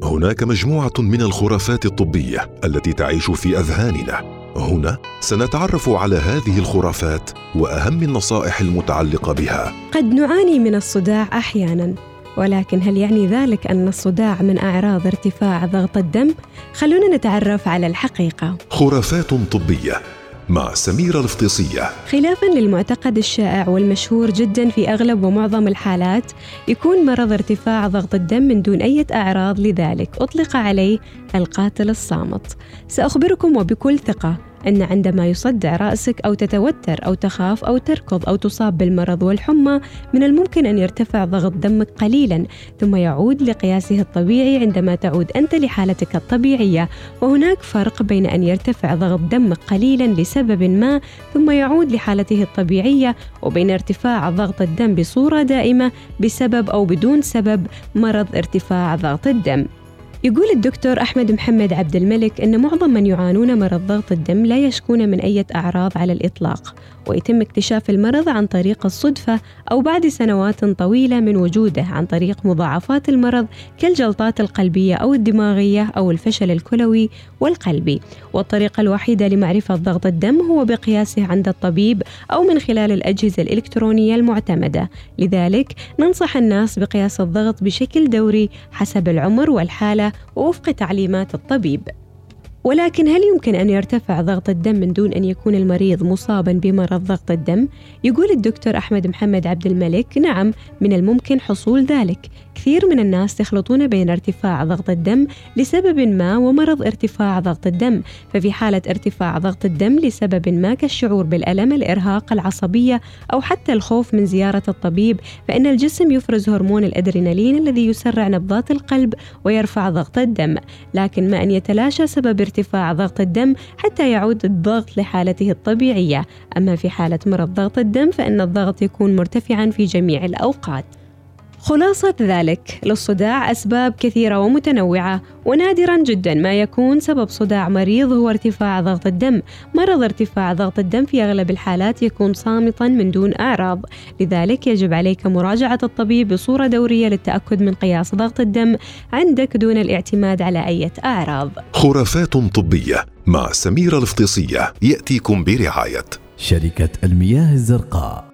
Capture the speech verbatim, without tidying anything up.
هناك مجموعة من الخرافات الطبية التي تعيش في أذهاننا. هنا سنتعرف على هذه الخرافات وأهم النصائح المتعلقة بها. قد نعاني من الصداع أحياناً، ولكن هل يعني ذلك أن الصداع من أعراض ارتفاع ضغط الدم؟ خلونا نتعرف على الحقيقة. خرافات طبية مع سميرة الفطيسية. خلافاً للمعتقد الشائع والمشهور جداً في أغلب ومعظم الحالات، يكون مرض ارتفاع ضغط الدم من دون أي أعراض، لذلك أطلق عليه القاتل الصامت. سأخبركم وبكل ثقة أن عندما يصدع رأسك أو تتوتر أو تخاف أو تركض أو تصاب بالمرض والحمى، من الممكن أن يرتفع ضغط دمك قليلاً ثم يعود لقياسه الطبيعي عندما تعود أنت لحالتك الطبيعية. وهناك فرق بين أن يرتفع ضغط دمك قليلاً لسبب ما ثم يعود لحالته الطبيعية، وبين ارتفاع ضغط الدم بصورة دائمة بسبب أو بدون سبب مرض ارتفاع ضغط الدم. يقول الدكتور أحمد محمد عبد الملك أن معظم من يعانون مرض ضغط الدم لا يشكون من أي أعراض على الإطلاق، ويتم اكتشاف المرض عن طريق الصدفة أو بعد سنوات طويلة من وجوده عن طريق مضاعفات المرض كالجلطات القلبية أو الدماغية أو الفشل الكلوي والقلبي. والطريقة الوحيدة لمعرفة ضغط الدم هو بقياسه عند الطبيب أو من خلال الأجهزة الإلكترونية المعتمدة، لذلك ننصح الناس بقياس الضغط بشكل دوري حسب العمر والحالة ووفق تعليمات الطبيب. ولكن هل يمكن أن يرتفع ضغط الدم من دون أن يكون المريض مصاباً بمرض ضغط الدم؟ يقول الدكتور أحمد محمد عبد الملك نعم، من الممكن حصول ذلك. كثير من الناس يخلطون بين ارتفاع ضغط الدم لسبب ما ومرض ارتفاع ضغط الدم. ففي حالة ارتفاع ضغط الدم لسبب ما كالشعور بالألم، الإرهاق، العصبية أو حتى الخوف من زيارة الطبيب، فإن الجسم يفرز هرمون الأدرينالين الذي يسرع نبضات القلب ويرفع ضغط الدم. لكن ما أن يتلاشى سبب ارتفاع ضغط الدم حتى يعود الضغط لحالته الطبيعية. أما في حالة مرض ضغط الدم فإن الضغط يكون مرتفعاً في جميع الأوقات. خلاصة ذلك، للصداع أسباب كثيرة ومتنوعة، ونادراً جداً ما يكون سبب صداع مريض هو ارتفاع ضغط الدم. مرض ارتفاع ضغط الدم في أغلب الحالات يكون صامتاً من دون أعراض، لذلك يجب عليك مراجعة الطبيب بصورة دورية للتأكد من قياس ضغط الدم عندك دون الاعتماد على أي أعراض. خرافات طبية مع سميرة الفطيسية يأتيكم برعاية شركة المياه الزرقاء.